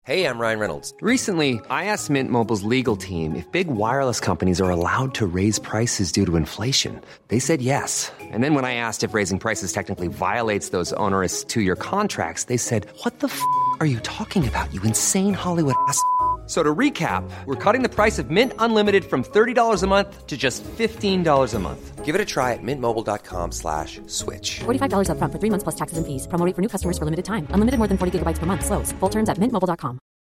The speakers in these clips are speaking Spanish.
Hey, I'm Ryan Reynolds. Recently, I asked Mint Mobile's legal team if big wireless companies are allowed to raise prices due to inflation. They said yes. And then when I asked if raising prices technically violates those onerous two-year contracts, they said, "What the f*** are you talking about, you insane Hollywood ass?" So to recap, we're cutting the price of Mint Unlimited from $30 a month to just $15 a month. Give it a try at mintmobile.com/switch. $45 up front for 3 months plus taxes and fees. Promo rate for new customers for limited time. Unlimited more than 40 gigabytes per month. Slows full terms at mintmobile.com.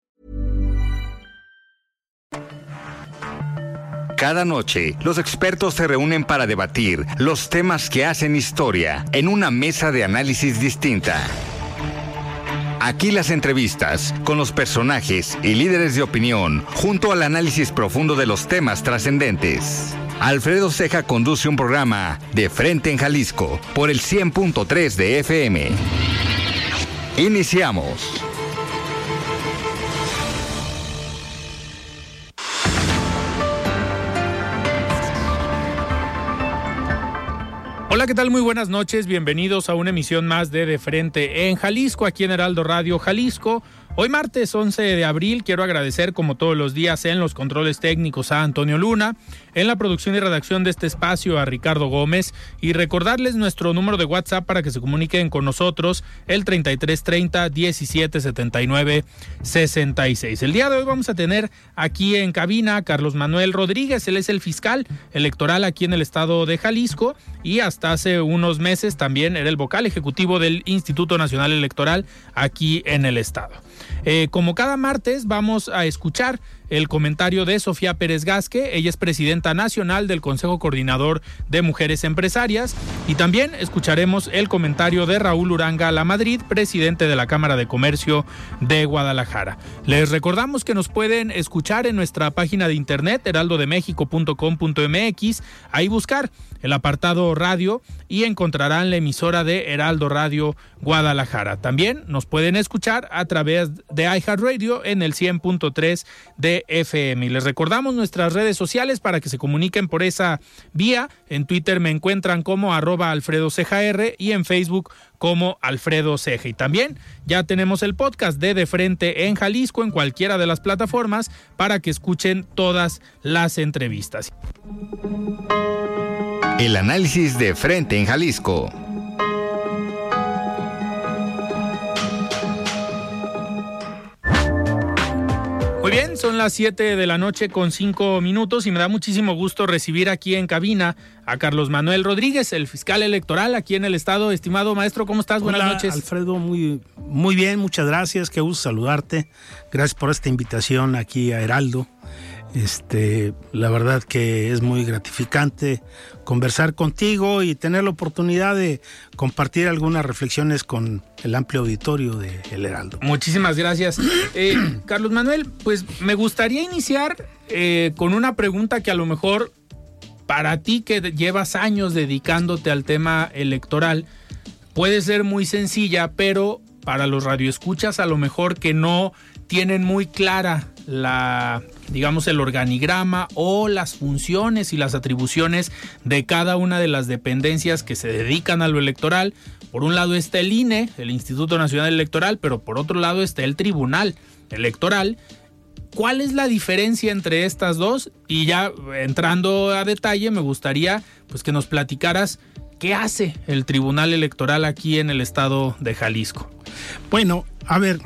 Cada noche, los expertos se reúnen para debatir los temas que hacen historia en una mesa de análisis distinta. Aquí las entrevistas con los personajes y líderes de opinión, junto al análisis profundo de los temas trascendentes. Alfredo Ceja conduce un programa De Frente en Jalisco por el 100.3 de FM. Iniciamos. Hola, ¿qué tal? Muy buenas noches. Bienvenidos a una emisión más de Frente en Jalisco, aquí en Heraldo Radio Jalisco. Hoy martes 11 de abril quiero agradecer como todos los días en los controles técnicos a Antonio Luna, en la producción y redacción de este espacio a Ricardo Gómez y recordarles nuestro número de WhatsApp para que se comuniquen con nosotros, el 3330 1779 66. El día de hoy vamos a tener aquí en cabina a Carlos Manuel Rodríguez, él es el fiscal electoral aquí en el estado de Jalisco y hasta hace unos meses también era el vocal ejecutivo del Instituto Nacional Electoral aquí en el estado. Como cada martes vamos a escuchar el comentario de Sofía Pérez Gasque, ella es presidenta nacional del Consejo Coordinador de Mujeres Empresarias, y también escucharemos el comentario de Raúl Uranga Lamadrid, presidente de la Cámara de Comercio de Guadalajara. Les recordamos que nos pueden escuchar en nuestra página de internet heraldodemexico.com.mx, ahí buscar el apartado radio y encontrarán la emisora de Heraldo Radio Guadalajara. También nos pueden escuchar a través de iHeartRadio en el 100.3 de FM. Y les recordamos nuestras redes sociales para que se comuniquen por esa vía. En Twitter me encuentran como @AlfredoCejaR y en Facebook como Alfredo Ceja. Y también ya tenemos el podcast de Frente en Jalisco en cualquiera de las plataformas para que escuchen todas las entrevistas. El análisis de Frente en Jalisco. Muy bien, son las 7 de la noche con 5 minutos y me da muchísimo gusto recibir aquí en cabina a Carlos Manuel Rodríguez, el fiscal electoral aquí en el estado. Estimado maestro, ¿cómo estás? Buenas noches. Alfredo, muy bien, muchas gracias, qué gusto saludarte. Gracias por esta invitación aquí a Heraldo. La verdad que es muy gratificante conversar contigo y tener la oportunidad de compartir algunas reflexiones con el amplio auditorio de El Heraldo. Muchísimas gracias. Carlos Manuel, pues me gustaría iniciar con una pregunta que a lo mejor para ti que llevas años dedicándote al tema electoral puede ser muy sencilla, pero para los radioescuchas a lo mejor que no tienen muy clara el organigrama o las funciones y las atribuciones de cada una de las dependencias que se dedican a lo electoral. Por un lado está el INE, el Instituto Nacional Electoral, pero por otro lado está el Tribunal Electoral. ¿Cuál es la diferencia entre estas dos? Y ya entrando a detalle, me gustaría pues que nos platicaras qué hace el Tribunal Electoral aquí en el estado de Jalisco. Bueno, a ver,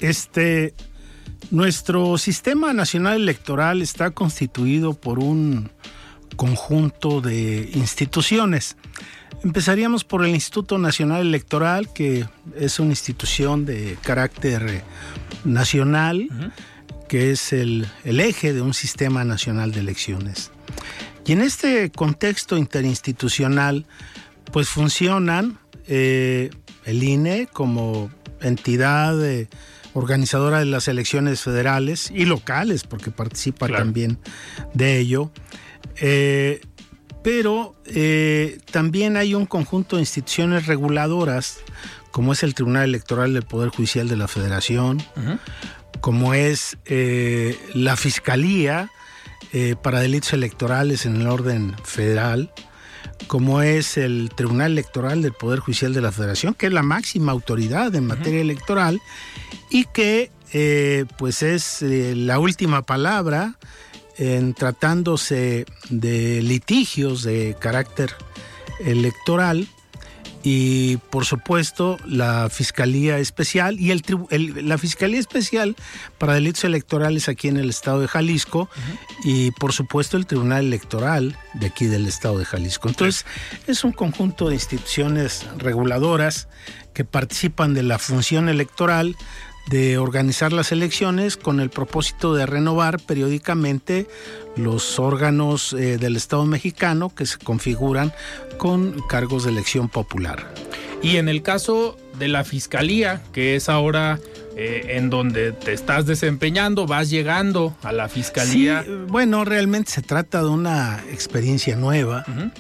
nuestro sistema nacional electoral está constituido por un conjunto de instituciones. Empezaríamos por el Instituto Nacional Electoral, que es una institución de carácter nacional, que es el eje de un sistema nacional de elecciones. Y en este contexto interinstitucional, pues funcionan el INE como entidad organizadora de las elecciones federales y locales, porque participa también de ello. Pero también hay un conjunto de instituciones reguladoras, como es el Tribunal Electoral del Poder Judicial de la Federación, como es la Fiscalía para Delitos Electorales en el orden federal, como es el Tribunal Electoral del Poder Judicial de la Federación, que es la máxima autoridad en materia electoral y que pues es la última palabra en tratándose de litigios de carácter electoral. Y por supuesto la Fiscalía Especial y la Fiscalía Especial para Delitos Electorales aquí en el estado de Jalisco, y por supuesto el Tribunal Electoral de aquí del estado de Jalisco. Entonces es un conjunto de instituciones reguladoras que participan de la función electoral de organizar las elecciones con el propósito de renovar periódicamente los órganos del Estado mexicano que se configuran con cargos de elección popular. Y en el caso de la Fiscalía, que es ahora en donde te estás desempeñando, vas llegando a la Fiscalía. Sí, bueno, realmente se trata de una experiencia nueva.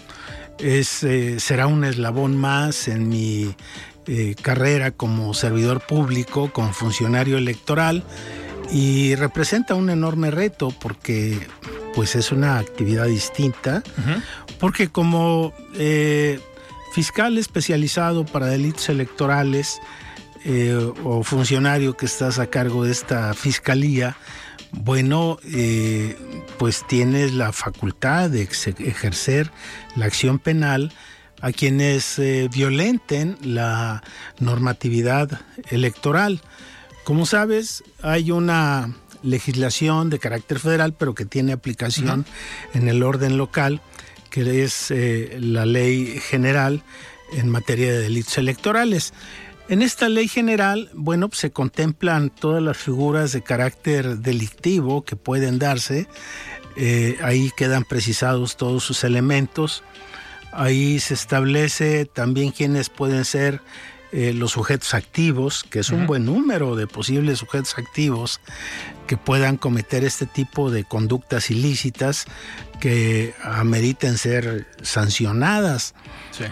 Será un eslabón más en mi carrera como servidor público, como funcionario electoral, y representa un enorme reto porque pues es una actividad distinta, porque como fiscal especializado para delitos electorales o funcionario que estás a cargo de esta fiscalía, bueno, pues tienes la facultad de ejercer la acción penal a quienes violenten la normatividad electoral. Como sabes, hay una legislación de carácter federal, pero que tiene aplicación en el orden local, que es la Ley General en materia de delitos electorales. En esta ley general, bueno, pues se contemplan todas las figuras de carácter delictivo que pueden darse. Ahí quedan precisados todos sus elementos. Ahí se establece también quiénes pueden ser los sujetos activos, que es un buen número de posibles sujetos activos que puedan cometer este tipo de conductas ilícitas que ameriten ser sancionadas. Sí.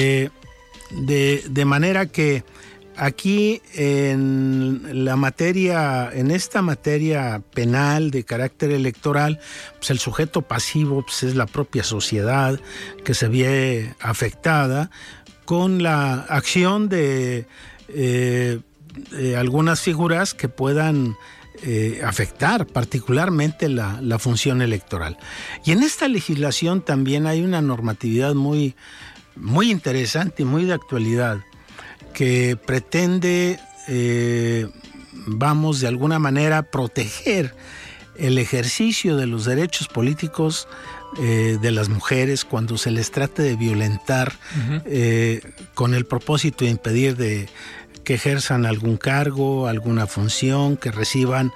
De manera que aquí en esta materia penal de carácter electoral, pues el sujeto pasivo pues es la propia sociedad que se ve afectada con la acción de algunas figuras que puedan afectar particularmente la función electoral. Y en esta legislación también hay una normatividad muy, muy interesante y muy de actualidad, que pretende, de alguna manera proteger el ejercicio de los derechos políticos de las mujeres cuando se les trate de violentar con el propósito de impedir que ejerzan algún cargo, alguna función, que reciban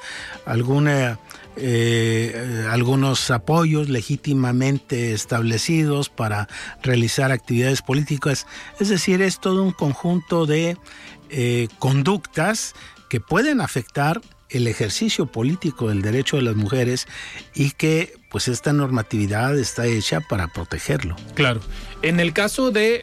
algunos apoyos legítimamente establecidos para realizar actividades políticas. Es decir, es todo un conjunto de conductas que pueden afectar el ejercicio político del derecho de las mujeres y que pues esta normatividad está hecha para protegerlo. Claro. En el caso de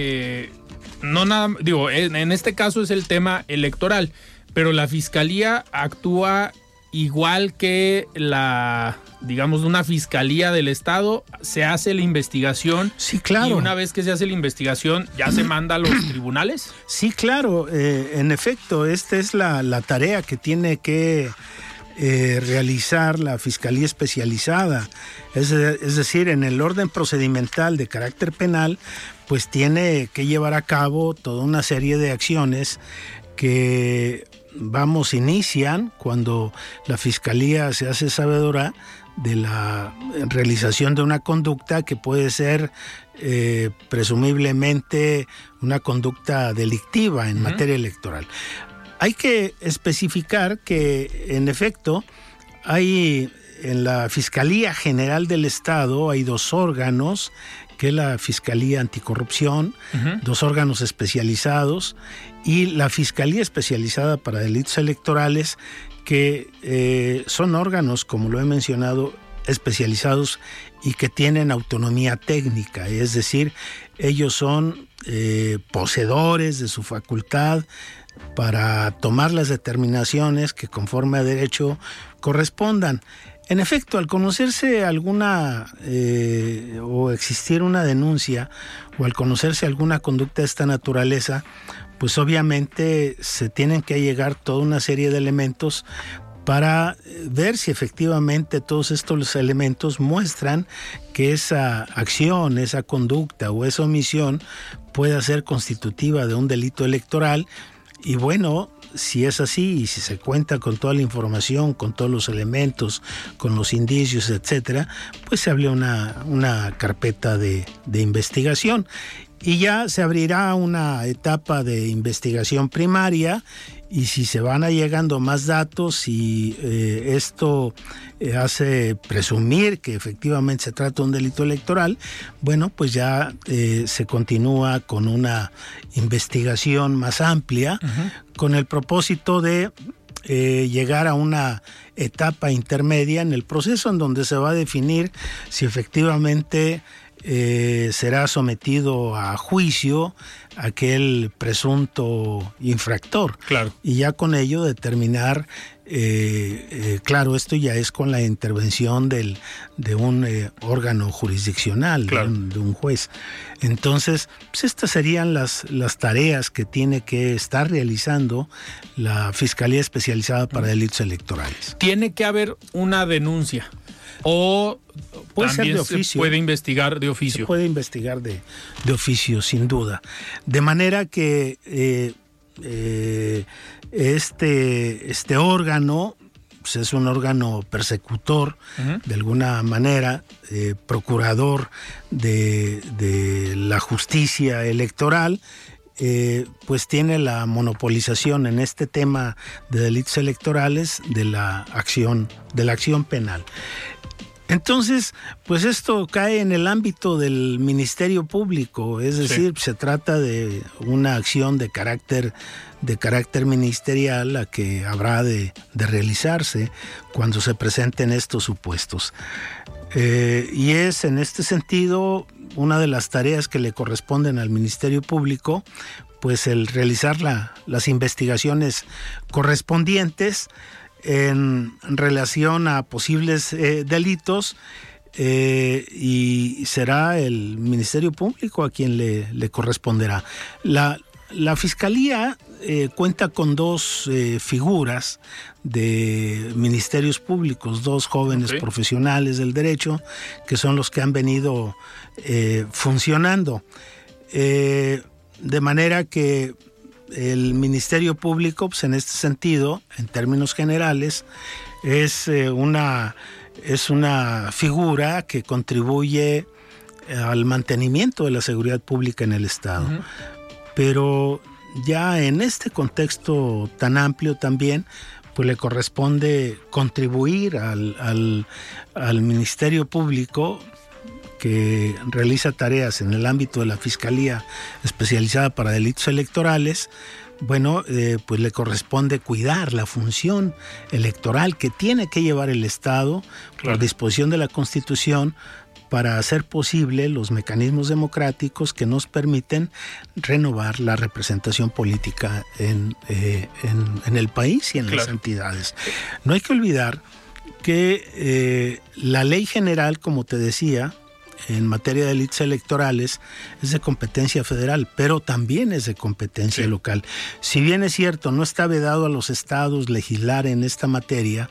en este caso es el tema electoral, pero la Fiscalía actúa igual que una fiscalía del Estado. Se hace la investigación. Sí, claro. Y una vez que se hace la investigación, ¿ya se manda a los tribunales? Sí, claro. En efecto, esta es la tarea que tiene que realizar la Fiscalía Especializada. Es decir, en el orden procedimental de carácter penal, pues tiene que llevar a cabo toda una serie de acciones que inician cuando la Fiscalía se hace sabedora de la realización de una conducta que puede ser presumiblemente una conducta delictiva en materia electoral. Hay que especificar que, en efecto, en la Fiscalía General del Estado hay dos órganos, que es la Fiscalía Anticorrupción, dos órganos especializados, y la Fiscalía Especializada para Delitos Electorales, que son órganos, como lo he mencionado, especializados y que tienen autonomía técnica, es decir, ellos son poseedores de su facultad para tomar las determinaciones que conforme a derecho correspondan. En efecto, al conocerse alguna o existir una denuncia o al conocerse alguna conducta de esta naturaleza, pues obviamente se tienen que allegar toda una serie de elementos para ver si efectivamente todos estos elementos muestran que esa acción, esa conducta o esa omisión pueda ser constitutiva de un delito electoral. Y bueno, si es así y si se cuenta con toda la información, con todos los elementos, con los indicios, etcétera, pues se abre una carpeta de investigación y ya se abrirá una etapa de investigación primaria. Y si se van allegando más datos y esto hace presumir que efectivamente se trata de un delito electoral, bueno, pues ya se continúa con una investigación más amplia, con el propósito de llegar a una etapa intermedia en el proceso en donde se va a definir si efectivamente será sometido a juicio aquel presunto infractor. Claro. Y ya con ello determinar, claro, esto ya es con la intervención de un órgano jurisdiccional, claro, de un juez. Entonces, pues estas serían las tareas que tiene que estar realizando la Fiscalía Especializada para Delitos Electorales. Tiene que haber una denuncia. O puede también ser de oficio. Se puede investigar de oficio. Se puede investigar de oficio, sin duda. De manera que este órgano pues es un órgano persecutor, de alguna manera, procurador de la justicia electoral. Pues tiene la monopolización en este tema de delitos electorales de la acción penal. Entonces, pues esto cae en el ámbito del Ministerio Público, es decir, se trata de una acción de carácter ministerial la que habrá de realizarse cuando se presenten estos supuestos. Y es en este sentido una de las tareas que le corresponden al Ministerio Público, pues el realizar las investigaciones correspondientes en relación a posibles delitos, y será el Ministerio Público a quien le corresponderá. La Fiscalía cuenta con dos figuras de ministerios públicos, dos jóvenes profesionales del derecho, que son los que han venido funcionando. De manera que el Ministerio Público, pues en este sentido, en términos generales, es una figura que contribuye al mantenimiento de la seguridad pública en el Estado. Pero ya en este contexto tan amplio también, pues le corresponde contribuir al Ministerio Público, que realiza tareas en el ámbito de la Fiscalía Especializada para Delitos Electorales. Bueno, pues le corresponde cuidar la función electoral que tiene que llevar el Estado, por disposición de la Constitución, para hacer posible los mecanismos democráticos que nos permiten renovar la representación política en el país y en las entidades. No hay que olvidar que la ley general, como te decía, en materia de delitos electorales es de competencia federal, pero también es de competencia local. Si bien es cierto, no está vedado a los estados legislar en esta materia,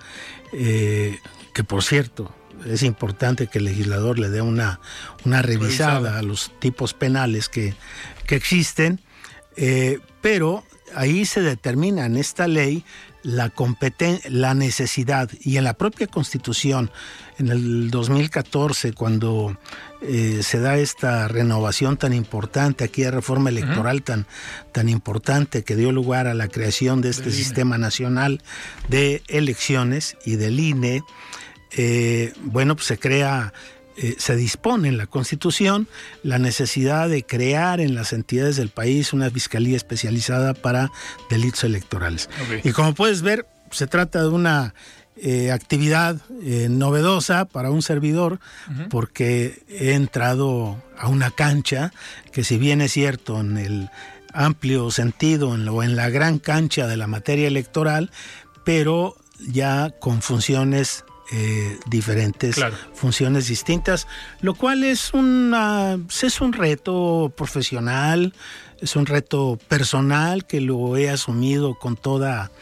que por cierto, es importante que el legislador le dé una revisada a los tipos penales que existen, pero ahí se determina en esta ley la necesidad, y en la propia Constitución, en el 2014, cuando se da esta renovación tan importante, aquella reforma electoral tan importante que dio lugar a la creación de este Sistema Nacional de Elecciones y del INE, bueno, pues se crea, se dispone en la Constitución la necesidad de crear en las entidades del país una fiscalía especializada para delitos electorales. Y como puedes ver, se trata de una actividad novedosa para un servidor, porque he entrado a una cancha que, si bien es cierto en el amplio sentido o en la gran cancha de la materia electoral, pero ya con funciones diferentes funciones distintas, lo cual es un reto profesional, es un reto personal que lo he asumido con toda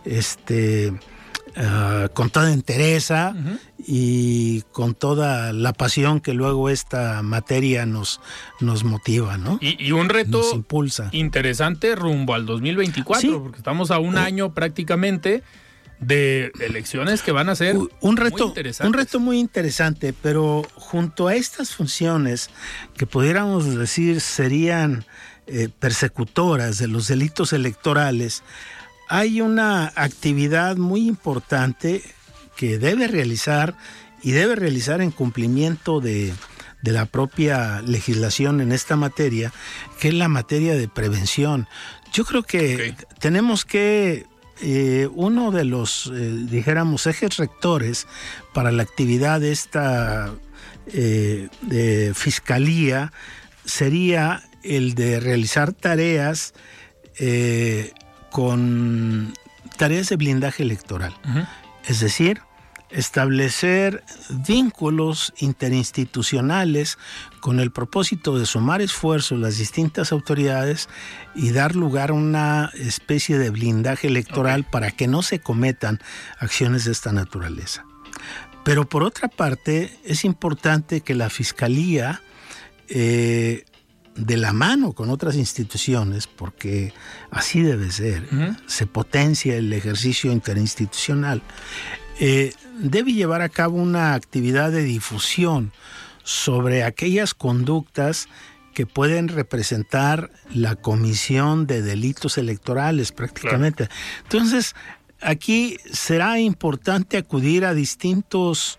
entereza y con toda la pasión que luego esta materia nos motiva, ¿no? Y un reto nos impulsa. Interesante rumbo al 2024, porque estamos a un año prácticamente de elecciones que van a ser un reto muy interesante, pero junto a estas funciones que pudiéramos decir serían persecutoras de los delitos electorales, hay una actividad muy importante que debe realizar en cumplimiento de la propia legislación en esta materia, que es la materia de prevención. Yo creo que tenemos que uno de los, ejes rectores para la actividad de esta de fiscalía sería el de realizar tareas con tareas de blindaje electoral. Es decir, establecer vínculos interinstitucionales con el propósito de sumar esfuerzos las distintas autoridades y dar lugar a una especie de blindaje electoral para que no se cometan acciones de esta naturaleza. Pero por otra parte, es importante que la Fiscalía, de la mano con otras instituciones, porque así debe ser, se potencia el ejercicio interinstitucional, debe llevar a cabo una actividad de difusión sobre aquellas conductas que pueden representar la comisión de delitos electorales prácticamente. Entonces, aquí será importante acudir a distintos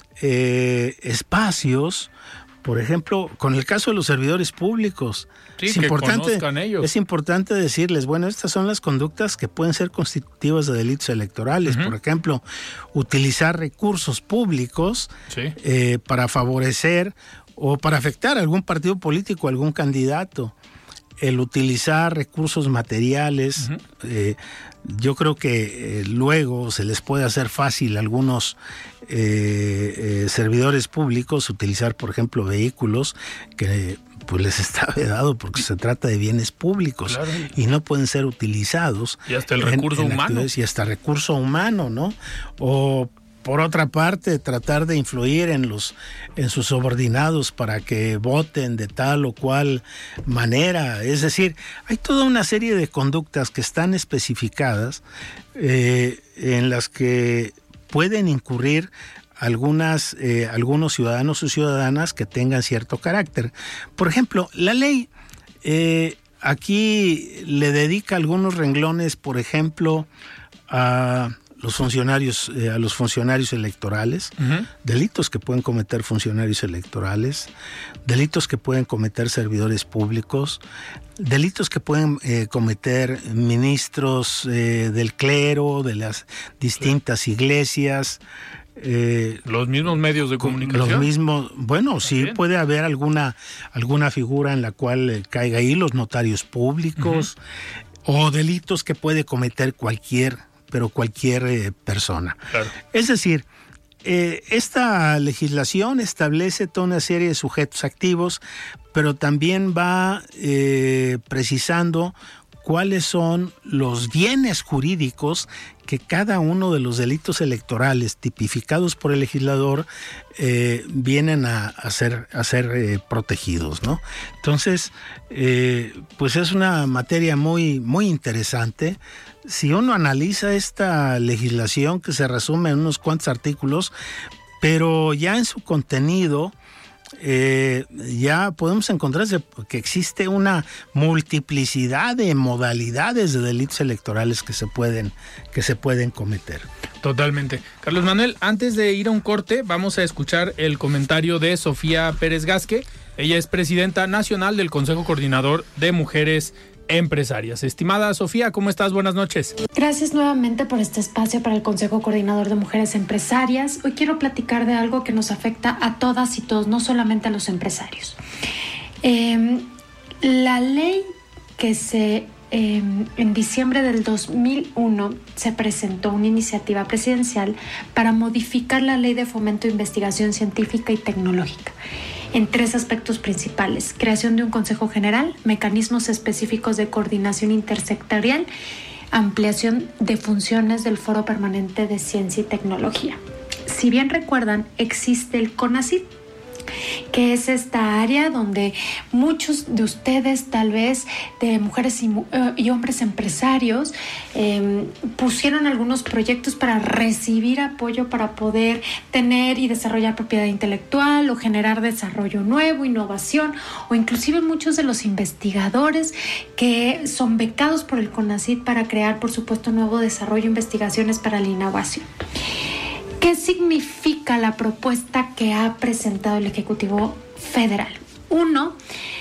espacios. Por ejemplo, con el caso de los servidores públicos, es importante decirles, bueno, estas son las conductas que pueden ser constitutivas de delitos electorales. Por ejemplo, utilizar recursos públicos para favorecer o para afectar a algún partido político, a algún candidato. El utilizar recursos materiales, yo creo que luego se les puede hacer fácil a algunos servidores públicos utilizar, por ejemplo, vehículos que pues les está vedado porque se trata de bienes públicos y no pueden ser utilizados. Y hasta el recurso humano. Y hasta recurso humano, ¿no? O por otra parte, tratar de influir en sus subordinados para que voten de tal o cual manera. Es decir, hay toda una serie de conductas que están especificadas en las que pueden incurrir algunos ciudadanos o ciudadanas que tengan cierto carácter. Por ejemplo, la ley aquí le dedica algunos renglones, por ejemplo, a los funcionarios electorales, delitos que pueden cometer funcionarios electorales, delitos que pueden cometer servidores públicos, delitos que pueden cometer ministros del clero, de las distintas iglesias. Los mismos medios de comunicación. Sí puede haber alguna figura en la cual caiga ahí, los notarios públicos, o delitos que puede cometer cualquier persona. Claro. Es decir, esta legislación establece toda una serie de sujetos activos, pero también va precisando cuáles son los bienes jurídicos que cada uno de los delitos electorales tipificados por el legislador vienen a ser protegidos, ¿no? Entonces, pues es una materia muy, muy interesante. Si uno analiza esta legislación, que se resume en unos cuantos artículos, pero ya en su contenido ya podemos encontrar que existe una multiplicidad de modalidades de delitos electorales que se pueden cometer. Totalmente. Carlos Manuel, antes de ir a un corte, vamos a escuchar el comentario de Sofía Pérez Gasque. Ella es presidenta nacional del Consejo Coordinador de Mujeres Empresarias. Estimada Sofía, ¿cómo estás? Buenas noches. Gracias nuevamente por este espacio para el Consejo Coordinador de Mujeres Empresarias. Hoy quiero platicar de algo que nos afecta a todas y todos, no solamente a los empresarios. La ley que se en diciembre del 2001 se presentó una iniciativa presidencial para modificar la Ley de Fomento de Investigación Científica y Tecnológica en 3 aspectos principales: creación de un Consejo General, mecanismos específicos de coordinación intersectorial, ampliación de funciones del Foro Permanente de Ciencia y Tecnología. Si bien recuerdan, existe el CONACYT, que es esta área donde muchos de ustedes, tal vez de mujeres y hombres empresarios, pusieron algunos proyectos para recibir apoyo para poder tener y desarrollar propiedad intelectual o generar desarrollo nuevo, innovación, o inclusive muchos de los investigadores que son becados por el CONACYT para crear, por supuesto, nuevo desarrollo, investigaciones para la innovación. ¿Qué significa la propuesta que ha presentado el Ejecutivo Federal? Uno,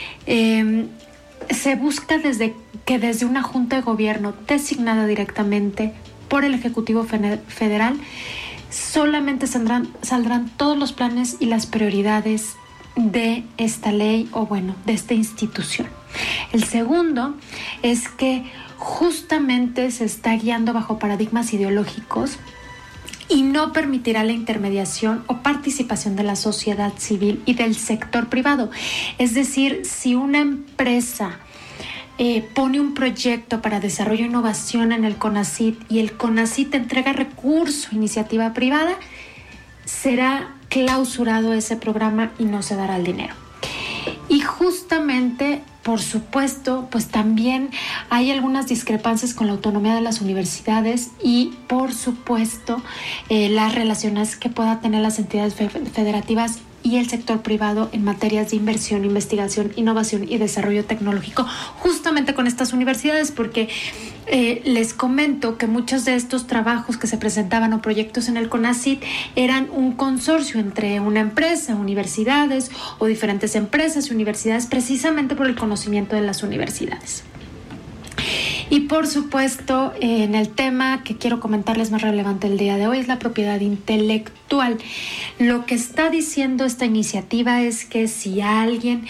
se busca desde una Junta de Gobierno designada directamente por el Ejecutivo Federal, solamente saldrán todos los planes y las prioridades de esta ley o de esta institución. El segundo es que justamente se está guiando bajo paradigmas ideológicos y no permitirá la intermediación o participación de la sociedad civil y del sector privado. Es decir, si una empresa pone un proyecto para desarrollo e innovación en el CONACYT y el CONACYT entrega recurso a iniciativa privada, será clausurado ese programa y no se dará el dinero. Y justamente, por supuesto, pues también hay algunas discrepancias con la autonomía de las universidades y, por supuesto, las relaciones que puedan tener las entidades federativas y el sector privado en materias de inversión, investigación, innovación y desarrollo tecnológico, justamente con estas universidades, porque les comento que muchos de estos trabajos que se presentaban o proyectos en el CONACYT eran un consorcio entre una empresa, universidades o diferentes empresas y universidades, precisamente por el conocimiento de las universidades. Y por supuesto, en el tema que quiero comentarles más relevante el día de hoy es la propiedad intelectual. Lo que está diciendo esta iniciativa es que si alguien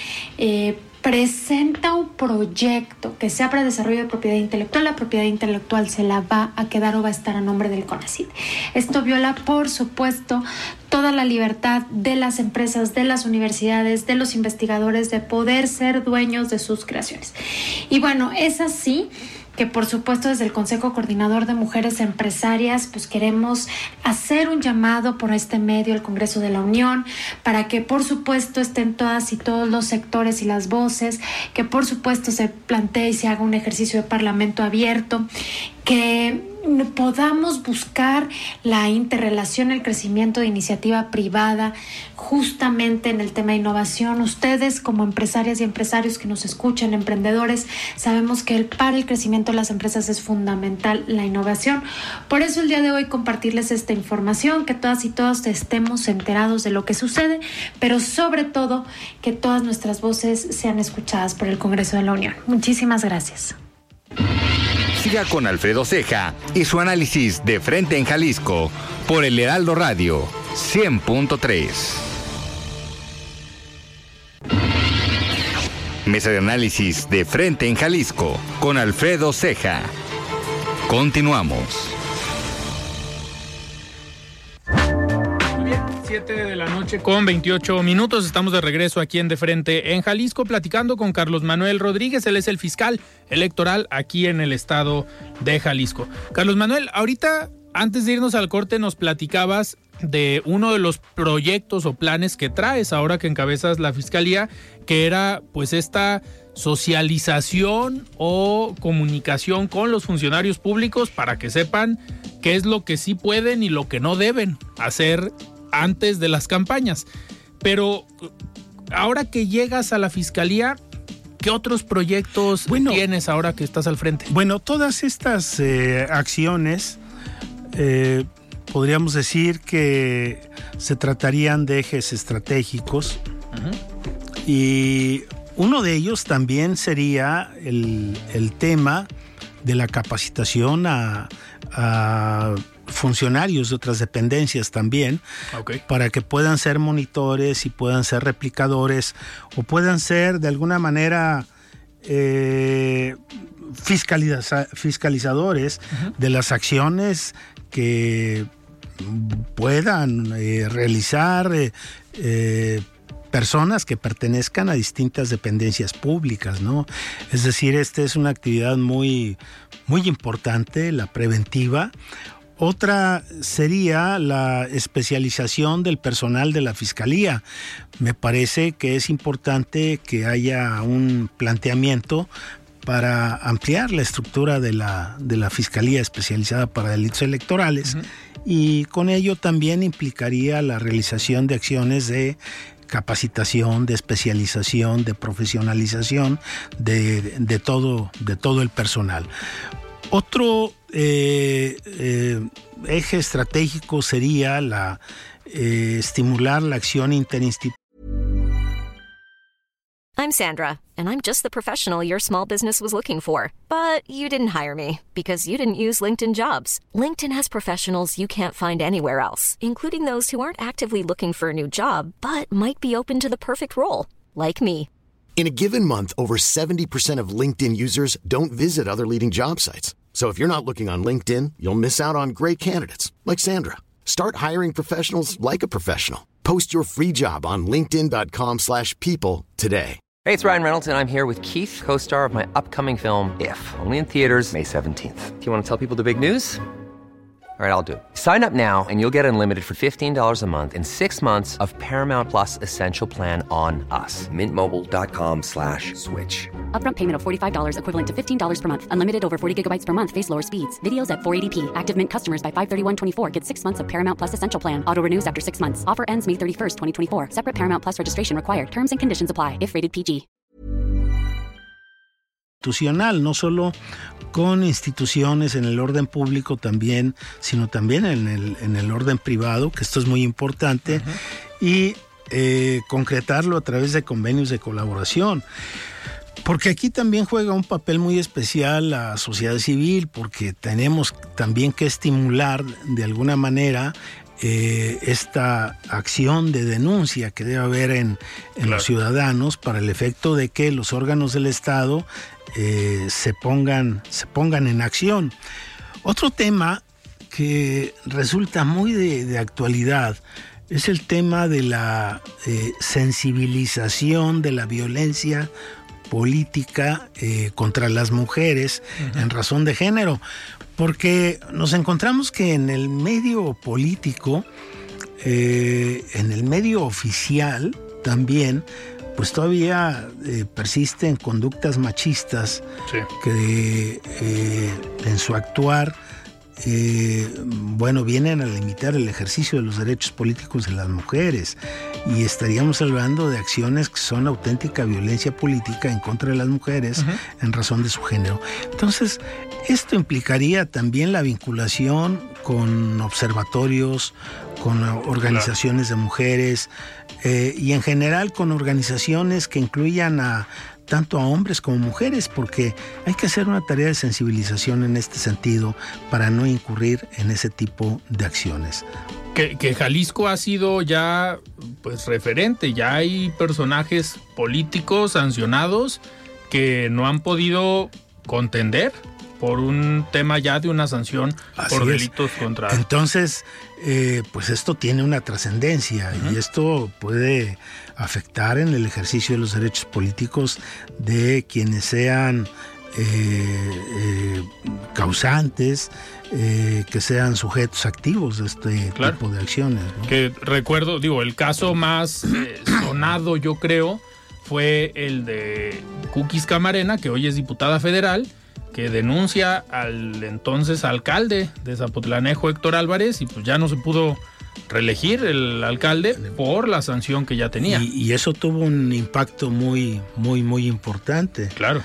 presenta un proyecto que sea para desarrollo de propiedad intelectual, la propiedad intelectual se la va a quedar o va a estar a nombre del CONACYT. Esto viola, por supuesto, toda la libertad de las empresas, de las universidades, de los investigadores de poder ser dueños de sus creaciones. Y bueno, es así que por supuesto desde el Consejo Coordinador de Mujeres Empresarias pues queremos hacer un llamado por este medio al Congreso de la Unión para que por supuesto estén todas y todos los sectores y las voces, que por supuesto se plantee y se haga un ejercicio de parlamento abierto, que podamos buscar la interrelación, el crecimiento de iniciativa privada justamente en el tema de innovación. Ustedes como empresarias y empresarios que nos escuchan, emprendedores, sabemos que para el crecimiento de las empresas es fundamental la innovación. Por eso el día de hoy compartirles esta información, que todas y todos estemos enterados de lo que sucede, pero sobre todo que todas nuestras voces sean escuchadas por el Congreso de la Unión. Muchísimas gracias. Siga con Alfredo Ceja y su análisis de Frente en Jalisco por el Heraldo Radio 100.3. Mesa de análisis de Frente en Jalisco con Alfredo Ceja. Continuamos. 7 de la noche con 28 minutos. Estamos de regreso aquí en De Frente en Jalisco, platicando con Carlos Manuel Rodríguez. Él es el fiscal electoral aquí en el estado de Jalisco. Carlos Manuel, ahorita, antes de irnos al corte, nos platicabas de uno de los proyectos o planes que traes ahora que encabezas la fiscalía, que era pues esta socialización o comunicación con los funcionarios públicos para que sepan qué es lo que sí pueden y lo que no deben hacer antes de las campañas. Pero ahora que llegas a la fiscalía, ¿qué otros proyectos tienes ahora que estás al frente? Bueno, todas estas acciones podríamos decir que se tratarían de ejes estratégicos. Uh-huh. Y uno de ellos también sería el tema de la capacitación a funcionarios de otras dependencias también, para que puedan ser monitores y puedan ser replicadores o puedan ser de alguna manera fiscalizadores de las acciones que puedan realizar personas que pertenezcan a distintas dependencias públicas, ¿no? Es decir, esta es una actividad muy, muy importante, la preventiva. Otra sería la especialización del personal de la Fiscalía. Me parece que es importante que haya un planteamiento para ampliar la estructura de la Fiscalía especializada para delitos electorales, y con ello también implicaría la realización de acciones de capacitación, de especialización, de profesionalización de todo el personal. Otro eje estratégico sería estimular la acción interinstitucional. I'm Sandra, and I'm just the professional your small business was looking for. But you didn't hire me because you didn't use LinkedIn Jobs. LinkedIn has professionals you can't find anywhere else, including those who aren't actively looking for a new job, but might be open to the perfect role, like me. In a given month, over 70% of LinkedIn users don't visit other leading job sites. So if you're not looking on LinkedIn, you'll miss out on great candidates like Sandra. Start hiring professionals like a professional. Post your free job on linkedin.com/people today. Hey, it's Ryan Reynolds, and I'm here with Keith, co-star of my upcoming film, If, only in theaters May 17th. Do you want to tell people the big news? All right, I'll do it. Sign up now and you'll get unlimited for $15 a month and 6 months of Paramount Plus Essential Plan on us. MintMobile.com/switch. Upfront payment of $45 equivalent to $15 per month. Unlimited over 40 gigabytes per month. Face lower speeds. Videos at 480p. Active Mint customers by 531.24 get 6 months of Paramount Plus Essential Plan. Auto renews after 6 months. Offer ends May 31st, 2024. Separate Paramount Plus registration required. Terms and conditions apply if rated PG. No solo con instituciones en el orden público también, sino también en el orden privado, que esto es muy importante, y concretarlo a través de convenios de colaboración. Porque aquí también juega un papel muy especial la sociedad civil, porque tenemos también que estimular de alguna manera esta acción de denuncia que debe haber en los ciudadanos, para el efecto de que los órganos del Estado se pongan en acción. Otro tema que resulta muy de actualidad es el tema de la sensibilización de la violencia política contra las mujeres en razón de género, porque nos encontramos que en el medio político, en el medio oficial también, pues todavía persisten conductas machistas que en su actuar vienen a limitar el ejercicio de los derechos políticos de las mujeres, y estaríamos hablando de acciones que son auténtica violencia política en contra de las mujeres en razón de su género. Entonces, esto implicaría también la vinculación con observatorios, con organizaciones de mujeres, y en general con organizaciones que incluyan tanto a hombres como mujeres, porque hay que hacer una tarea de sensibilización en este sentido para no incurrir en ese tipo de acciones. Que Jalisco ha sido ya pues referente, ya hay personajes políticos sancionados que no han podido contender por un tema ya de una sanción por delitos contra... Entonces, pues esto tiene una trascendencia, y esto puede afectar en el ejercicio de los derechos políticos de quienes sean causantes, que sean sujetos activos de este tipo de acciones, ¿no? Que recuerdo, el caso más sonado, yo creo, fue el de Cookies Camarena, que hoy es diputada federal, que denuncia al entonces alcalde de Zapotlanejo, Héctor Álvarez, y pues ya no se pudo reelegir el alcalde por la sanción que ya tenía. Y eso tuvo un impacto muy, muy, muy importante. Claro.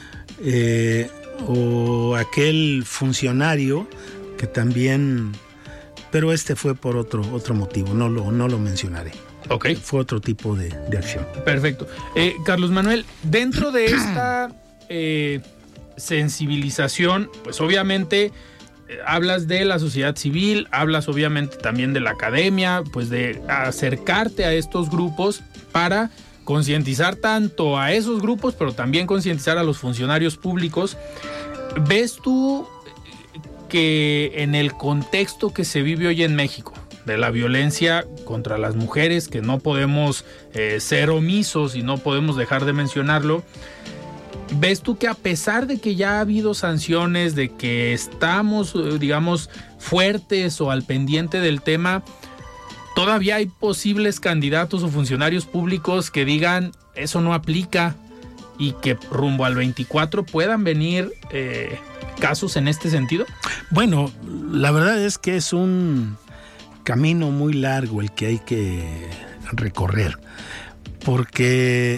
O aquel funcionario que también, pero este fue por otro motivo, no lo mencionaré. Ok. Fue otro tipo de acción. Perfecto. Carlos Manuel, dentro de esta sensibilización, pues obviamente hablas de la sociedad civil, hablas obviamente también de la academia, pues de acercarte a estos grupos para concientizar tanto a esos grupos, pero también concientizar a los funcionarios públicos. ¿Ves tú que en el contexto que se vive hoy en México, de la violencia contra las mujeres, que no podemos ser omisos y no podemos dejar de mencionarlo, ves tú que a pesar de que ya ha habido sanciones, de que estamos, digamos, fuertes o al pendiente del tema, todavía hay posibles candidatos o funcionarios públicos que digan eso no aplica y que rumbo al 24 puedan venir casos en este sentido? Bueno, la verdad es que es un camino muy largo el que hay que recorrer, porque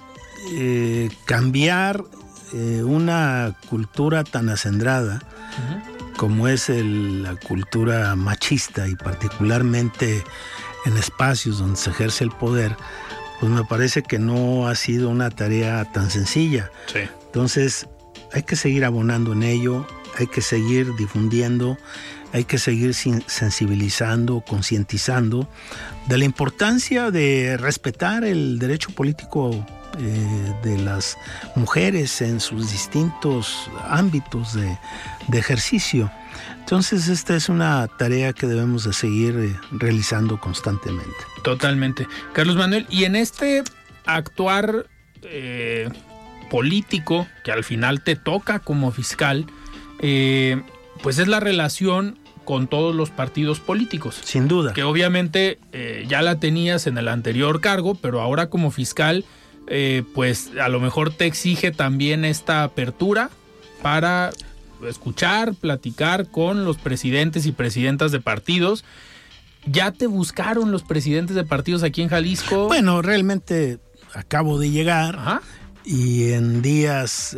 cambiar una cultura tan acendrada como es la cultura machista, y particularmente en espacios donde se ejerce el poder, pues me parece que no ha sido una tarea tan sencilla. Sí. Entonces hay que seguir abonando en ello, hay que seguir difundiendo, hay que seguir sensibilizando, concientizando de la importancia de respetar el derecho político de las mujeres en sus distintos ámbitos de ejercicio. Entonces esta es una tarea que debemos de seguir realizando constantemente. Totalmente. Carlos Manuel, y en este actuar político que al final te toca como fiscal, pues es la relación con todos los partidos políticos. Sin duda. Que obviamente ya la tenías en el anterior cargo, pero ahora como fiscal, pues a lo mejor te exige también esta apertura para escuchar, platicar con los presidentes y presidentas de partidos. ¿Ya te buscaron los presidentes de partidos aquí en Jalisco? Bueno, realmente acabo de llegar. Ajá. Y en días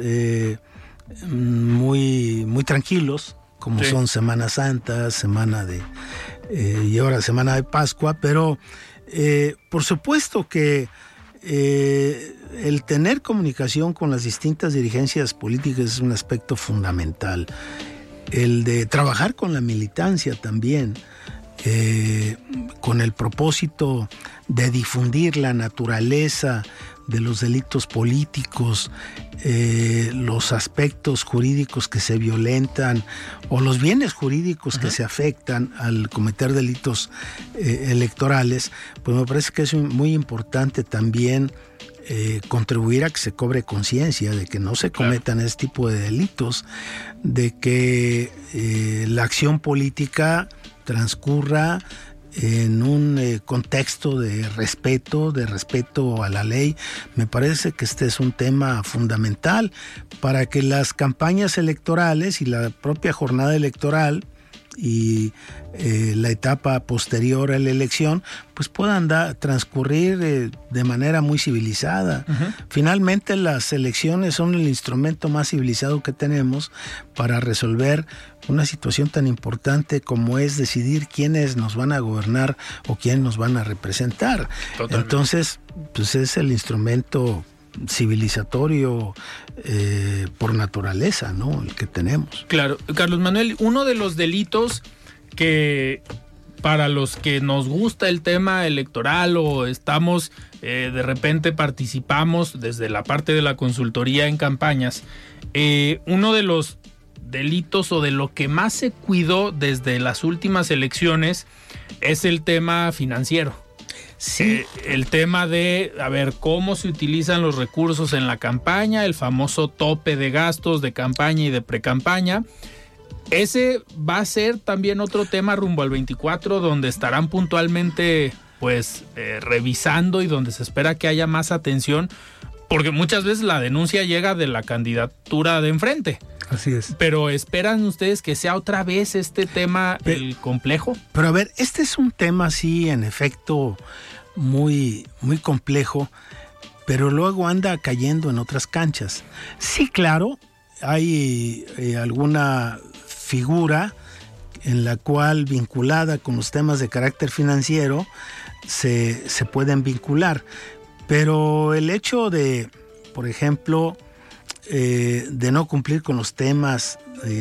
muy, muy tranquilos, como son Semana Santa, y ahora Semana de Pascua, pero por supuesto que el tener comunicación con las distintas dirigencias políticas es un aspecto fundamental. El de trabajar con la militancia también, con el propósito de difundir la naturaleza de los delitos políticos, los aspectos jurídicos que se violentan o los bienes jurídicos que se afectan al cometer delitos electorales, pues me parece que es muy importante también contribuir a que se cobre conciencia de que no se cometan este tipo de delitos, de que la acción política transcurra en un contexto de respeto a la ley. Me parece que este es un tema fundamental para que las campañas electorales y la propia jornada electoral y la etapa posterior a la elección pues puedan transcurrir de manera muy civilizada. Finalmente las elecciones son el instrumento más civilizado que tenemos para resolver una situación tan importante como es decidir quiénes nos van a gobernar o quiénes nos van a representar. Totalmente. Entonces, pues es el instrumento civilizatorio por naturaleza, ¿no? El que tenemos. Claro, Carlos Manuel, uno de los delitos que para los que nos gusta el tema electoral o estamos de repente participamos desde la parte de la consultoría en campañas, uno de los delitos o de lo que más se cuidó desde las últimas elecciones es el tema financiero. Sí. El tema de, cómo se utilizan los recursos en la campaña, el famoso tope de gastos de campaña y de precampaña. Ese va a ser también otro tema rumbo al 24, donde estarán puntualmente revisando y donde se espera que haya más atención, porque muchas veces la denuncia llega de la candidatura de enfrente. Así es. Pero ¿esperan ustedes que sea otra vez este tema el complejo? Pero este es un tema, sí, en efecto, muy, muy complejo, pero luego anda cayendo en otras canchas. Sí, claro, hay alguna figura en la cual, vinculada con los temas de carácter financiero, se pueden vincular. Pero el hecho de, por ejemplo, de no cumplir con los temas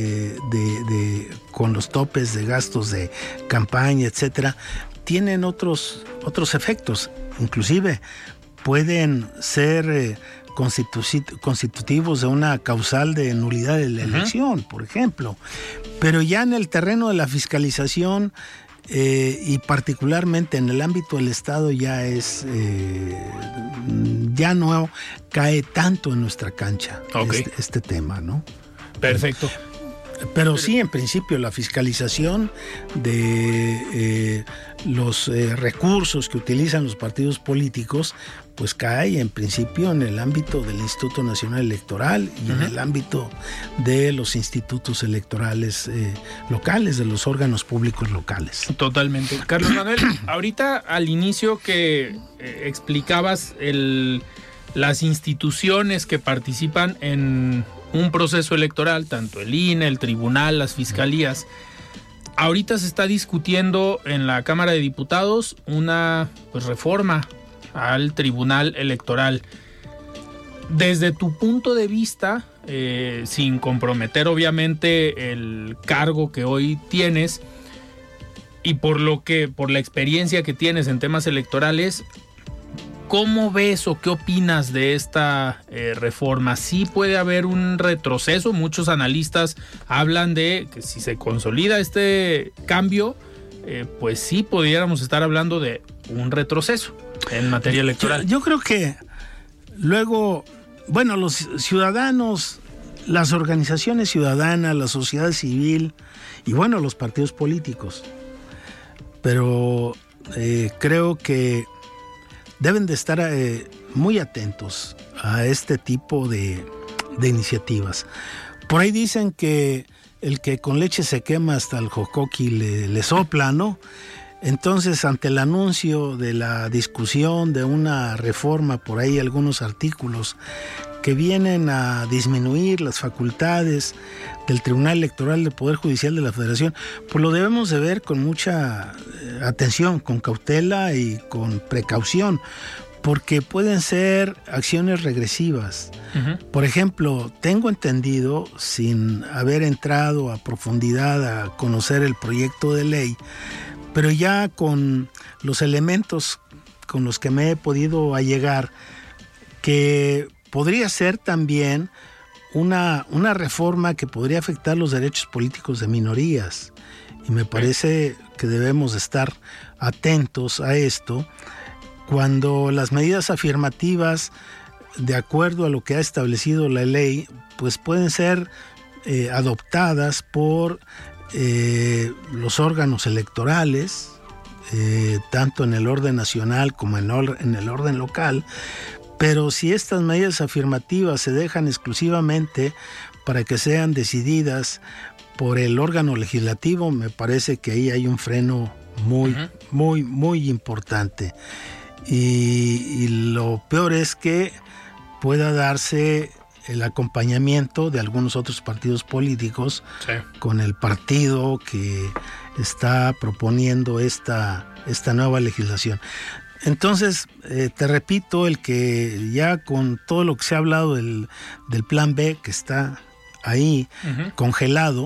con los topes de gastos de campaña, etcétera, tienen otros efectos. Inclusive pueden ser constitutivos de una causal de nulidad de la elección, por ejemplo. Pero ya en el terreno de la fiscalización y particularmente en el ámbito del Estado ya no cae tanto en nuestra cancha este tema, ¿no? Perfecto. Pero sí, en principio, la fiscalización de los recursos que utilizan los partidos políticos, pues cae en principio en el ámbito del Instituto Nacional Electoral y en el ámbito de los institutos electorales locales, de los órganos públicos locales. Totalmente. Carlos Manuel, ahorita al inicio que explicabas las instituciones que participan en un proceso electoral, tanto el INE, el tribunal, las fiscalías. Ahorita se está discutiendo en la Cámara de Diputados una reforma al Tribunal Electoral. Desde tu punto de vista, sin comprometer obviamente el cargo que hoy tienes y por la experiencia que tienes en temas electorales, ¿cómo ves o qué opinas de esta reforma? ¿Sí puede haber un retroceso? Muchos analistas hablan de que si se consolida este cambio, pues sí pudiéramos estar hablando de un retroceso en materia electoral. Yo creo que luego, los ciudadanos, las organizaciones ciudadanas, la sociedad civil y los partidos políticos, pero creo que deben de estar muy atentos a este tipo de iniciativas. Por ahí dicen que el que con leche se quema hasta el jocoqui le sopla, ¿no? Entonces, ante el anuncio de la discusión de una reforma, por ahí algunos artículos que vienen a disminuir las facultades del Tribunal Electoral del Poder Judicial de la Federación, pues lo debemos de ver con mucha atención, con cautela y con precaución, porque pueden ser acciones regresivas. Por ejemplo, tengo entendido, sin haber entrado a profundidad a conocer el proyecto de ley, pero ya con los elementos con los que me he podido allegar, que podría ser también una reforma que podría afectar los derechos políticos de minorías. Y me parece que debemos estar atentos a esto cuando las medidas afirmativas, de acuerdo a lo que ha establecido la ley, pues pueden ser adoptadas por los órganos electorales, tanto en el orden nacional como en el orden local. Pero si estas medidas afirmativas se dejan exclusivamente para que sean decididas por el órgano legislativo, me parece que ahí hay un freno muy importante. Y lo peor es que pueda darse el acompañamiento de algunos otros partidos políticos con el partido que está proponiendo esta nueva legislación. Entonces, te repito, el que ya con todo lo que se ha hablado del plan B que está ahí congelado,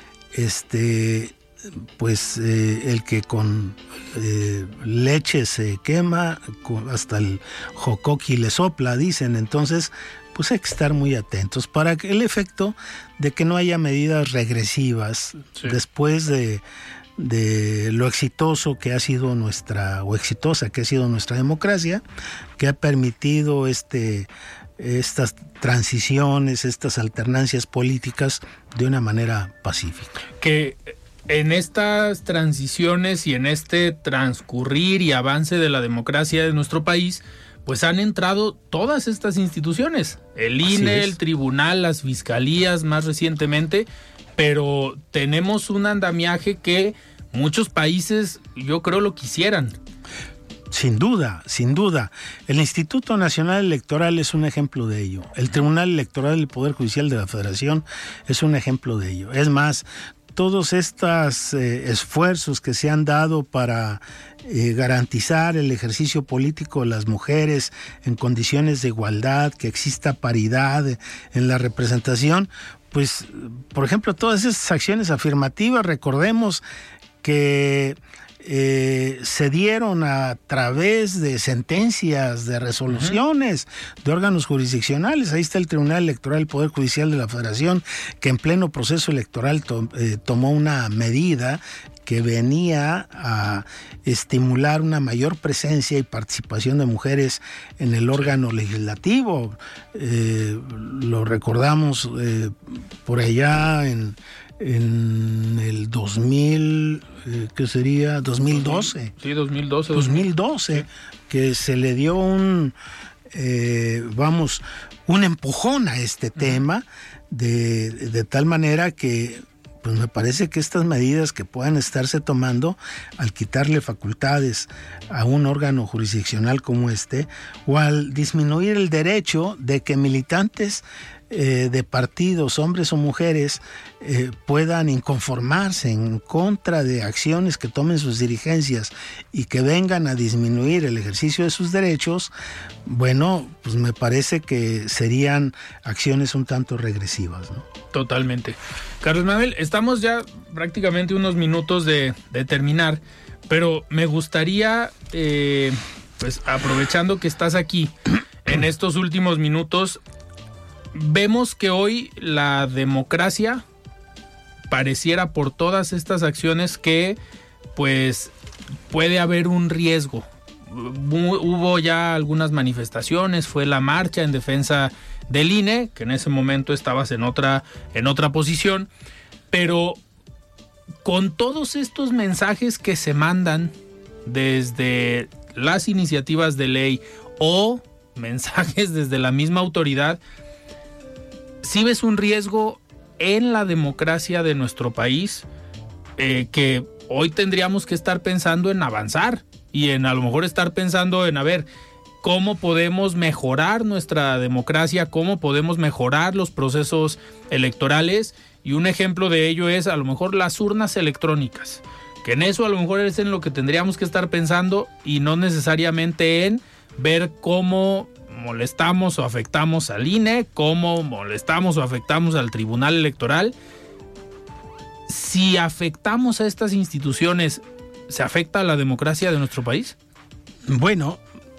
pues el que con leche se quema, hasta el jocoqui le sopla, dicen. Entonces, pues hay que estar muy atentos para que el efecto de que no haya medidas regresivas después de lo exitoso que ha sido exitosa que ha sido nuestra democracia, que ha permitido estas transiciones, estas alternancias políticas de una manera pacífica. Que en estas transiciones y en este transcurrir y avance de la democracia de nuestro país, pues han entrado todas estas instituciones, el INE, el tribunal, las fiscalías más recientemente, pero tenemos un andamiaje que muchos países, yo creo, lo quisieran. Sin duda. El Instituto Nacional Electoral es un ejemplo de ello. El Tribunal Electoral del Poder Judicial de la Federación es un ejemplo de ello. Es más, todos estos esfuerzos que se han dado para garantizar el ejercicio político de las mujeres en condiciones de igualdad, que exista paridad en la representación, pues, por ejemplo, todas esas acciones afirmativas, recordemos que se dieron a través de sentencias, de resoluciones de órganos jurisdiccionales. Ahí está el Tribunal Electoral del Poder Judicial de la Federación, que en pleno proceso electoral tomó una medida que venía a estimular una mayor presencia y participación de mujeres en el órgano legislativo. Lo recordamos por allá en el 2000, ¿qué sería? 2012. Sí, 2012. 2012, que se le dio un empujón a este tema, de tal manera que pues me parece que estas medidas que puedan estarse tomando al quitarle facultades a un órgano jurisdiccional como este, o al disminuir el derecho de que militantes de partidos, hombres o mujeres, puedan inconformarse en contra de acciones que tomen sus dirigencias y que vengan a disminuir el ejercicio de sus derechos, bueno, pues me parece que serían acciones un tanto regresivas, ¿no? Totalmente. Carlos Manuel, estamos ya prácticamente unos minutos de terminar, pero me gustaría, pues aprovechando que estás aquí, en estos últimos minutos, vemos que hoy la democracia pareciera, por todas estas acciones, que pues puede haber un riesgo. Hubo ya algunas manifestaciones, fue la marcha en defensa del INE, que en ese momento estabas en otra posición, pero con todos estos mensajes que se mandan desde las iniciativas de ley o mensajes desde la misma autoridad, ¿sí ves un riesgo en la democracia de nuestro país que hoy tendríamos que estar pensando en avanzar y en a lo mejor estar pensando en, a ver, cómo podemos mejorar nuestra democracia, cómo podemos mejorar los procesos electorales? Y un ejemplo de ello es a lo mejor las urnas electrónicas, que en eso a lo mejor es en lo que tendríamos que estar pensando y no necesariamente en ver cómo molestamos o afectamos al INE, cómo molestamos o afectamos al Tribunal Electoral. Si afectamos a estas instituciones, ¿se afecta a la democracia de nuestro país? Bueno,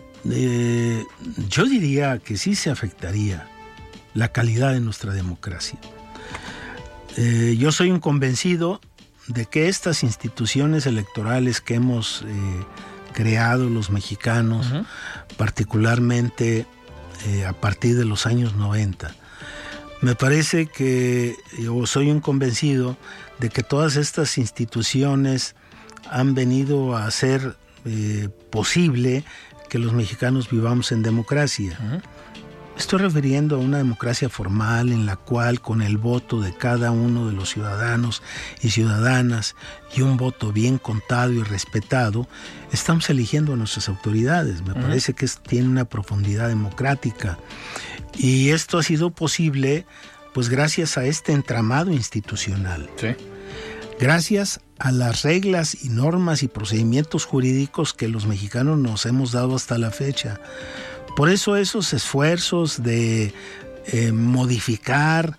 yo diría que sí se afectaría la calidad de nuestra democracia. Yo soy un convencido de que estas instituciones electorales que hemos creado los mexicanos, particularmente a partir de los años 90, me parece que yo soy un convencido de que todas estas instituciones han venido a hacer posible que los mexicanos vivamos en democracia. Estoy refiriendo a una democracia formal en la cual, con el voto de cada uno de los ciudadanos y ciudadanas y un voto bien contado y respetado, estamos eligiendo a nuestras autoridades. Me parece que tiene una profundidad democrática. Y esto ha sido posible pues gracias a este entramado institucional. Sí. Gracias a las reglas y normas y procedimientos jurídicos que los mexicanos nos hemos dado hasta la fecha. Por eso esos esfuerzos de modificar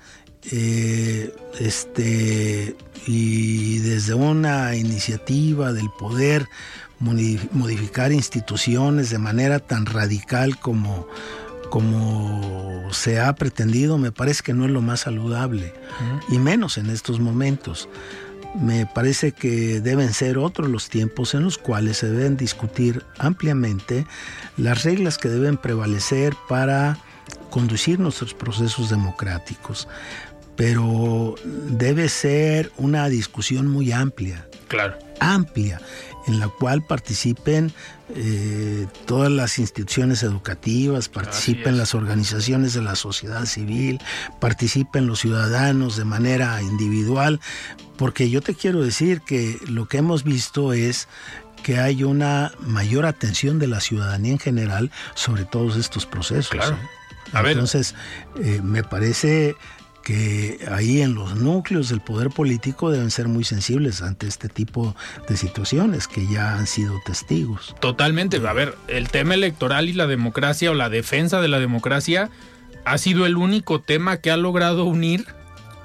y desde una iniciativa del poder modificar instituciones de manera tan radical como se ha pretendido, me parece que no es lo más saludable, y menos en estos momentos. Me parece que deben ser otros los tiempos en los cuales se deben discutir ampliamente las reglas que deben prevalecer para conducir nuestros procesos democráticos. Pero debe ser una discusión muy amplia. Claro. Amplia, en la cual participen todas las instituciones educativas, participen las organizaciones de la sociedad civil, participen los ciudadanos de manera individual, porque yo te quiero decir que lo que hemos visto es que hay una mayor atención de la ciudadanía en general sobre todos estos procesos. Claro. Entonces, me parece que ahí en los núcleos del poder político deben ser muy sensibles ante este tipo de situaciones que ya han sido testigos. Totalmente. A ver, el tema electoral y la democracia o la defensa de la democracia ha sido el único tema que ha logrado unir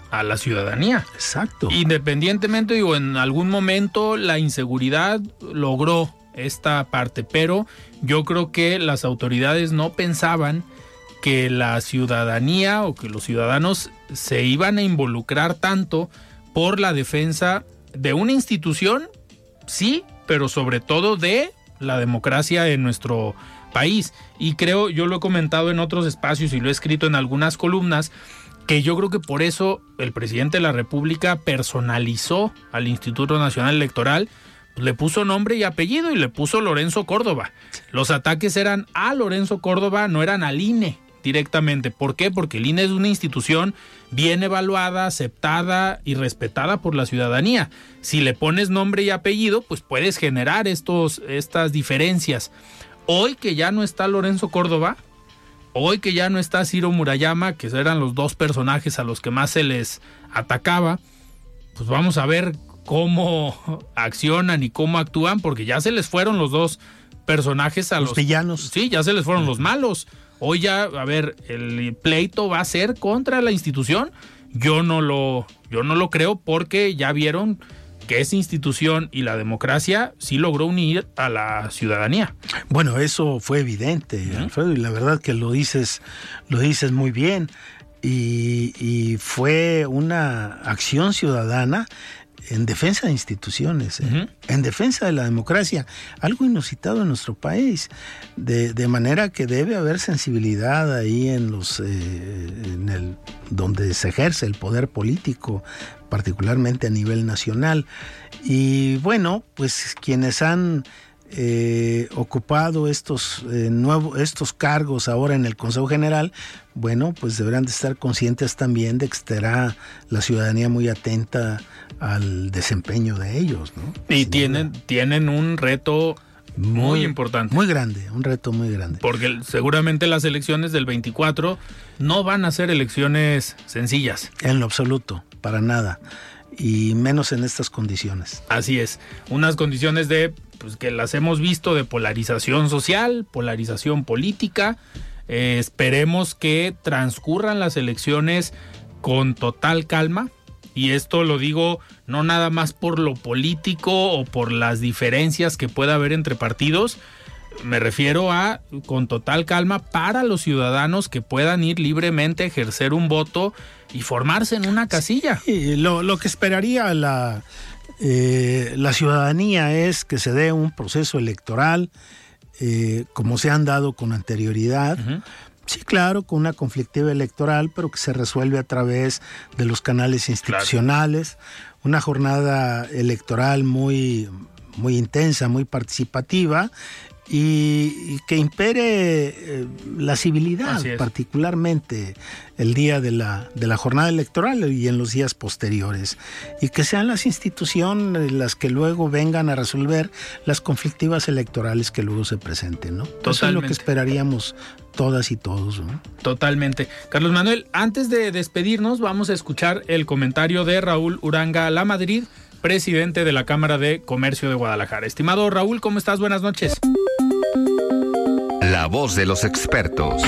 a la ciudadanía. Exacto. Independientemente, digo, en algún momento la inseguridad logró esta parte, pero yo creo que las autoridades no pensaban que la ciudadanía o que los ciudadanos se iban a involucrar tanto por la defensa de una institución, sí, pero sobre todo de la democracia en nuestro país. Y creo, yo lo he comentado en otros espacios y lo he escrito en algunas columnas, que yo creo que por eso el presidente de la República personalizó al Instituto Nacional Electoral, le puso nombre y apellido y le puso Lorenzo Córdoba. Los ataques eran a Lorenzo Córdoba, no eran al INE directamente. ¿Por qué? Porque el INE es una institución bien evaluada, aceptada y respetada por la ciudadanía. Si le pones nombre y apellido, pues puedes generar estas diferencias. Hoy que ya no está Lorenzo Córdoba, hoy que ya no está Ciro Murayama, que eran los dos personajes a los que más se les atacaba, pues vamos a ver cómo accionan y cómo actúan, porque ya se les fueron los dos personajes a los villanos. Sí, ya se les fueron los malos. Hoy ya, a ver, el pleito va a ser contra la institución. Yo no lo creo, porque ya vieron que esa institución y la democracia sí logró unir a la ciudadanía. Bueno, eso fue evidente, Alfredo, y la verdad que lo dices muy bien. Y fue una acción ciudadana en defensa de instituciones, en defensa de la democracia, algo inusitado en nuestro país, de manera que debe haber sensibilidad ahí donde se ejerce el poder político, particularmente a nivel nacional. Y bueno, pues quienes han ocupado estos cargos ahora en el Consejo General, bueno, pues deberán de estar conscientes también de que estará la ciudadanía muy atenta al desempeño de ellos, ¿no? Y tienen un reto muy importante. Muy grande, un reto muy grande. Porque seguramente las elecciones del 24 no van a ser elecciones sencillas. En lo absoluto, para nada. Y menos en estas condiciones. Así es, unas condiciones que las hemos visto de polarización social, polarización política. Esperemos que transcurran las elecciones con total calma, y esto lo digo no nada más por lo político o por las diferencias que pueda haber entre partidos. Me refiero a con total calma para los ciudadanos que puedan ir libremente a ejercer un voto y formarse en una casilla. Sí, lo que esperaría la ciudadanía es que se dé un proceso electoral como se han dado con anterioridad. Sí, claro, con una conflictiva electoral, pero que se resuelve a través de los canales institucionales. Claro. Una jornada electoral muy, muy intensa, muy participativa, y que impere la civilidad, particularmente el día de la jornada electoral y en los días posteriores, y que sean las instituciones las que luego vengan a resolver las conflictivas electorales que luego se presenten, ¿no? Totalmente. Eso es lo que esperaríamos todas y todos, ¿no? Totalmente. Carlos Manuel, antes de despedirnos, vamos a escuchar el comentario de Raúl Uranga Lamadrid, presidente de la Cámara de Comercio de Guadalajara. Estimado Raúl, ¿cómo estás? Buenas noches. La voz de los expertos.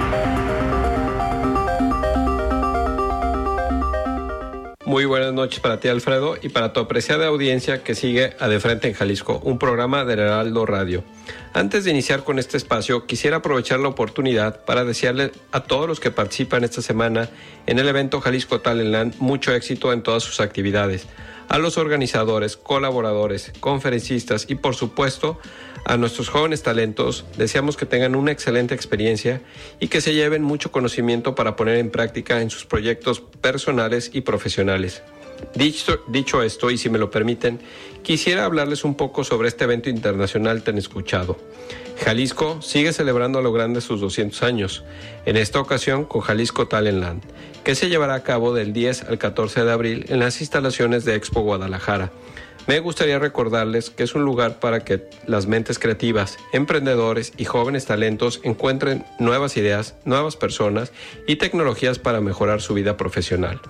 Muy buenas noches para ti, Alfredo, y para tu apreciada audiencia que sigue a De Frente en Jalisco, un programa del Heraldo Radio. Antes de iniciar con este espacio, quisiera aprovechar la oportunidad para desearle a todos los que participan esta semana en el evento Jalisco Talent Land mucho éxito en todas sus actividades. A los organizadores, colaboradores, conferencistas y, por supuesto, a nuestros jóvenes talentos, deseamos que tengan una excelente experiencia y que se lleven mucho conocimiento para poner en práctica en sus proyectos personales y profesionales. Dicho esto, y si me lo permiten, quisiera hablarles un poco sobre este evento internacional tan escuchado. Jalisco sigue celebrando a lo grande sus 200 años, en esta ocasión con Jalisco Talent Land, que se llevará a cabo del 10 al 14 de abril en las instalaciones de Expo Guadalajara. Me gustaría recordarles que es un lugar para que las mentes creativas, emprendedores y jóvenes talentos encuentren nuevas ideas, nuevas personas y tecnologías para mejorar su vida profesional.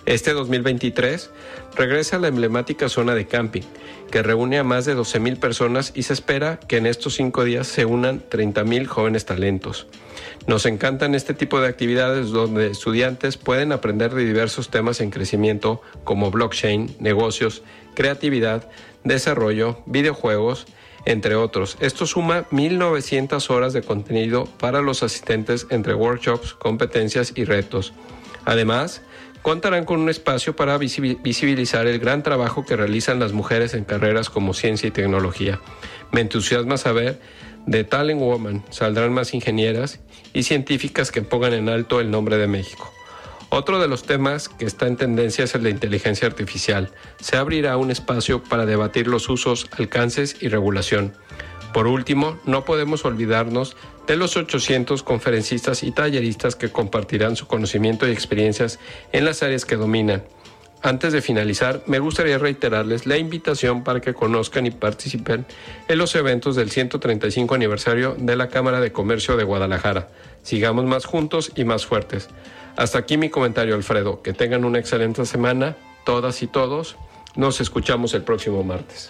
Este 2023 regresa a la emblemática zona de camping, que reúne a más de 12,000 personas y se espera que en estos 5 días se unan 30,000 jóvenes talentos. Nos encantan este tipo de actividades donde estudiantes pueden aprender de diversos temas en crecimiento como blockchain, negocios, creatividad, desarrollo, videojuegos, entre otros. Esto suma 1,900 horas de contenido para los asistentes entre workshops, competencias y retos. Además, contarán con un espacio para visibilizar el gran trabajo que realizan las mujeres en carreras como ciencia y tecnología. Me entusiasma saber de Talent Woman saldrán más ingenieras y científicas que pongan en alto el nombre de México. Otro de los temas que está en tendencia es el de inteligencia artificial. Se abrirá un espacio para debatir los usos, alcances y regulación. Por último, no podemos olvidarnos de los 800 conferencistas y talleristas que compartirán su conocimiento y experiencias en las áreas que dominan. Antes de finalizar, me gustaría reiterarles la invitación para que conozcan y participen en los eventos del 135 aniversario de la Cámara de Comercio de Guadalajara. Sigamos más juntos y más fuertes. Hasta aquí mi comentario, Alfredo. Que tengan una excelente semana, todas y todos. Nos escuchamos el próximo martes.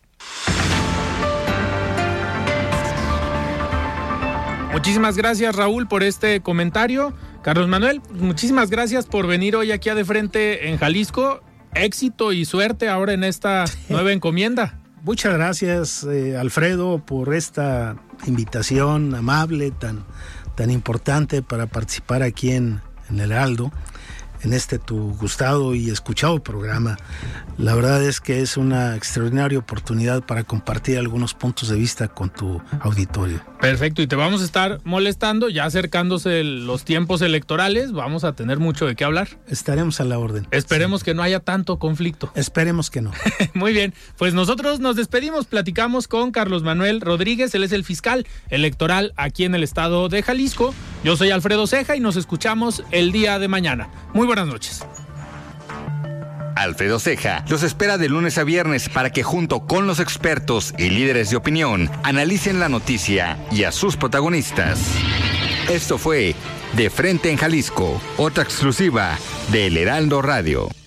Muchísimas gracias, Raúl, por este comentario. Carlos Manuel, muchísimas gracias por venir hoy aquí a De Frente en Jalisco. Éxito y suerte ahora en esta nueva encomienda. Muchas gracias, Alfredo, por esta invitación amable, tan importante para participar aquí en el Heraldo, en este tu gustado y escuchado programa. La verdad es que es una extraordinaria oportunidad para compartir algunos puntos de vista con tu auditorio. Perfecto, y te vamos a estar molestando, ya acercándose los tiempos electorales, vamos a tener mucho de qué hablar. Estaremos a la orden. Esperemos que no haya tanto conflicto. Esperemos que no. Muy bien, pues nosotros nos despedimos, platicamos con Carlos Manuel Rodríguez, él es el fiscal electoral aquí en el estado de Jalisco. Yo soy Alfredo Ceja y nos escuchamos el día de mañana. Muy buenas noches. Alfredo Ceja los espera de lunes a viernes para que junto con los expertos y líderes de opinión analicen la noticia y a sus protagonistas. Esto fue De Frente en Jalisco, otra exclusiva de El Heraldo Radio.